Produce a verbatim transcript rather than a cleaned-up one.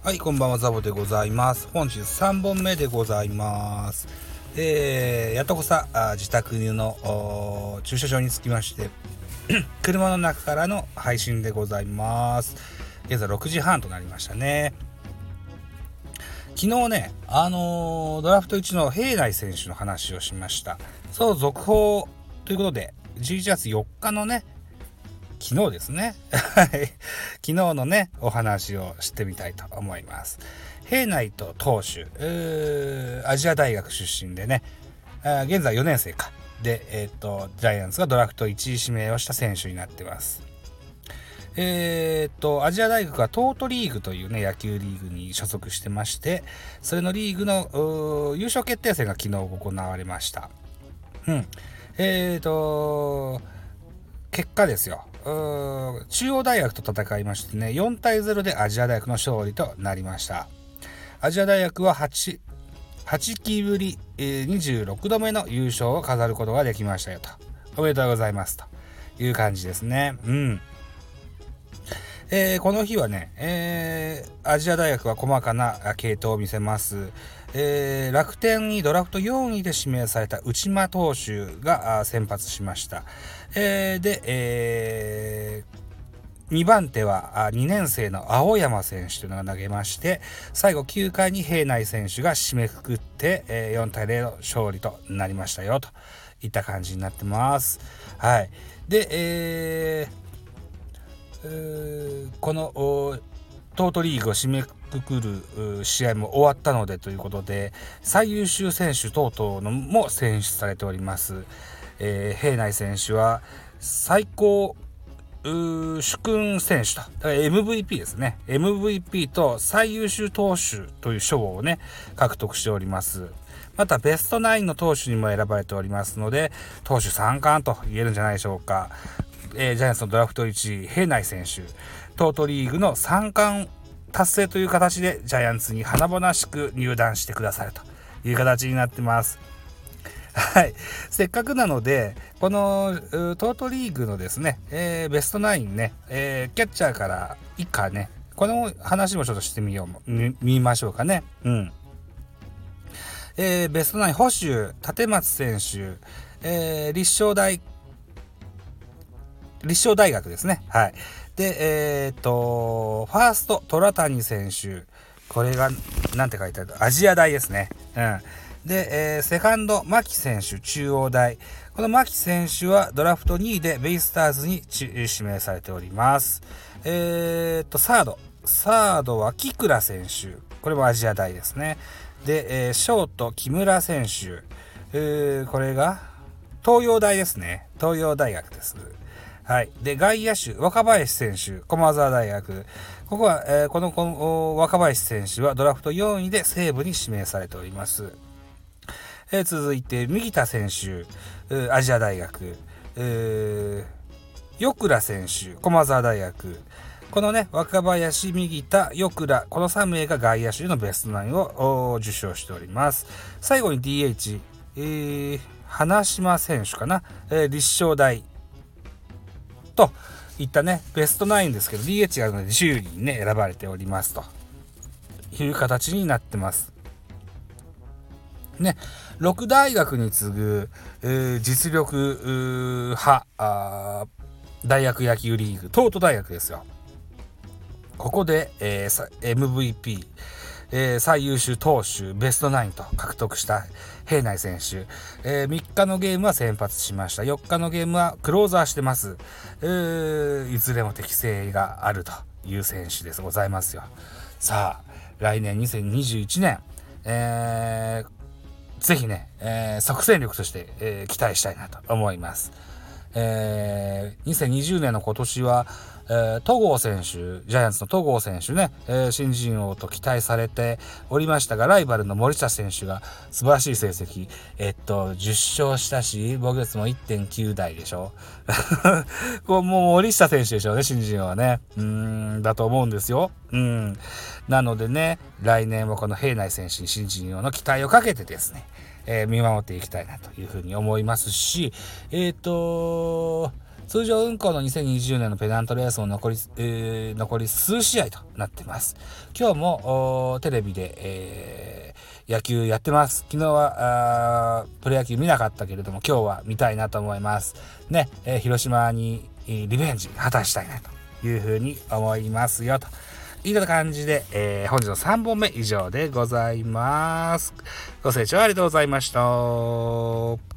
はい、こんばんは、ザボでございます。本日さんぼんめでございます。えー、やっとこさ自宅の駐車場に着きまして車の中からの配信でございます。現在ろくじはんとなりましたね。昨日ね、あのー、ドラフトいちの平内選手の話をしました。そう続報ということでじゅういちがつよっかのね、昨日ですね昨日のねお話をしてみたいと思います。平内と投手、アジア大学出身でね、現在よねん生かで、えー、とジャイアンツがドラフトいちい指名をした選手になってます。えー、とアジア大学はトートリーグというね野球リーグに所属してまして、それのリーグの優勝決定戦が昨日行われました。うんえーと結果ですよ。中央大学と戦いましてね、よんたいゼロでアジア大学の勝利となりました。アジア大学は 8, 8期ぶり、えー、にじゅうろくどめの優勝を飾ることができましたよと。おめでとうございますという感じですね。うん。えー、この日はね、えー、アジア大学は細かな系統を見せます。えー、楽天にドラフトよんいで指名された内間投手が先発しました。えー、で、えー、にばん手はにねん生の青山選手というのが投げまして、最後きゅうかいに平内選手が締めくくって、えー、よんたいゼロの勝利となりましたよといった感じになってます。はい。で、えーこのトートリーグを締めくくる試合も終わったのでということで、最優秀選手等々のも選出されております。えー、平内選手は最高主君選手と、だから エムブイピー ですね。エムブイピー と最優秀投手という賞をね獲得しております。またベストナインの投手にも選ばれておりますので、投手三冠と言えるんじゃないでしょうか。えー、ジャイアンツのドラフトいちい平内選手、トートリーグのさん冠達成という形でジャイアンツに華々しく入団してくださるという形になってます。はい、せっかくなのでこのトートリーグのですね、えー、ベストナインね、えー、キャッチャーから以下ね、この話もちょっとしてみよう見、見ましょうかね。うん。えー、ベストナイン捕手立松選手、えー、立正大立正大学ですね。はい。で、えっ、ー、と、ファースト、虎谷選手。これが、なんて書いてあるアジア大ですね。うん。で、えー、セカンド、牧選手、中央大。この牧選手はドラフトにいでベイスターズに指名されております。えっ、ー、と、サード。サードは木倉選手。これもアジア大ですね。で、えー、ショート、木村選手。えー、これが、東洋大ですね。東洋大学です。はい。で、外野手、若林選手、駒澤大学。ここは、えー、このこの若林選手はドラフトよんいで西武に指名されております。えー、続いて、右田選手、アジア大学。えー、横倉選手、駒澤大学。このね、若林、右田、横倉、このさんめいが外野手のベストナインを受賞しております。最後に ディーエイチ、えー、花島選手かな、えー、立正大。といったねベストナインですけど ディーエイチ があるのでじゅうにんね選ばれておりますという形になってますね。ろく大学に次ぐ、えー、実力派大学野球リーグ東都大学ですよ。ここで、えー、エムブイピー、えー、最優秀投手ベストナインと獲得した平内選手、えー、みっかのゲームは先発しました。よっかのゲームはクローザーしてます。えー、いずれも適性があるという選手ですございますよ。さあ来年にせんにじゅういちねん、えー、ぜひね、えー、即戦力として、えー、期待したいなと思います。えー、にせんにじゅうねんの今年は、えー、戸郷選手、ジャイアンツの戸郷選手ね、えー、新人王と期待されておりましたが、ライバルの森下選手が素晴らしい成績、えっとじゅっしょうしたし防御率も いってんきゅう 台でしょこうもう森下選手でしょうね、新人王はね。うーんだと思うんですよ。うんなのでね、来年はこの平内選手に新人王の期待をかけてですね、えー、見守っていきたいなというふうに思いますし、えっと通常運行のにせんにじゅうねんのペナントレースも残り、えー、残り数試合となってます。今日もテレビで、えー、野球やってます。昨日はプロ野球見なかったけれども、今日は見たいなと思いますね。えー、広島にリベンジ果たしたいなというふうに思いますよといった感じで、えー、本日のさんぼんめ以上でございます。ご清聴ありがとうございました。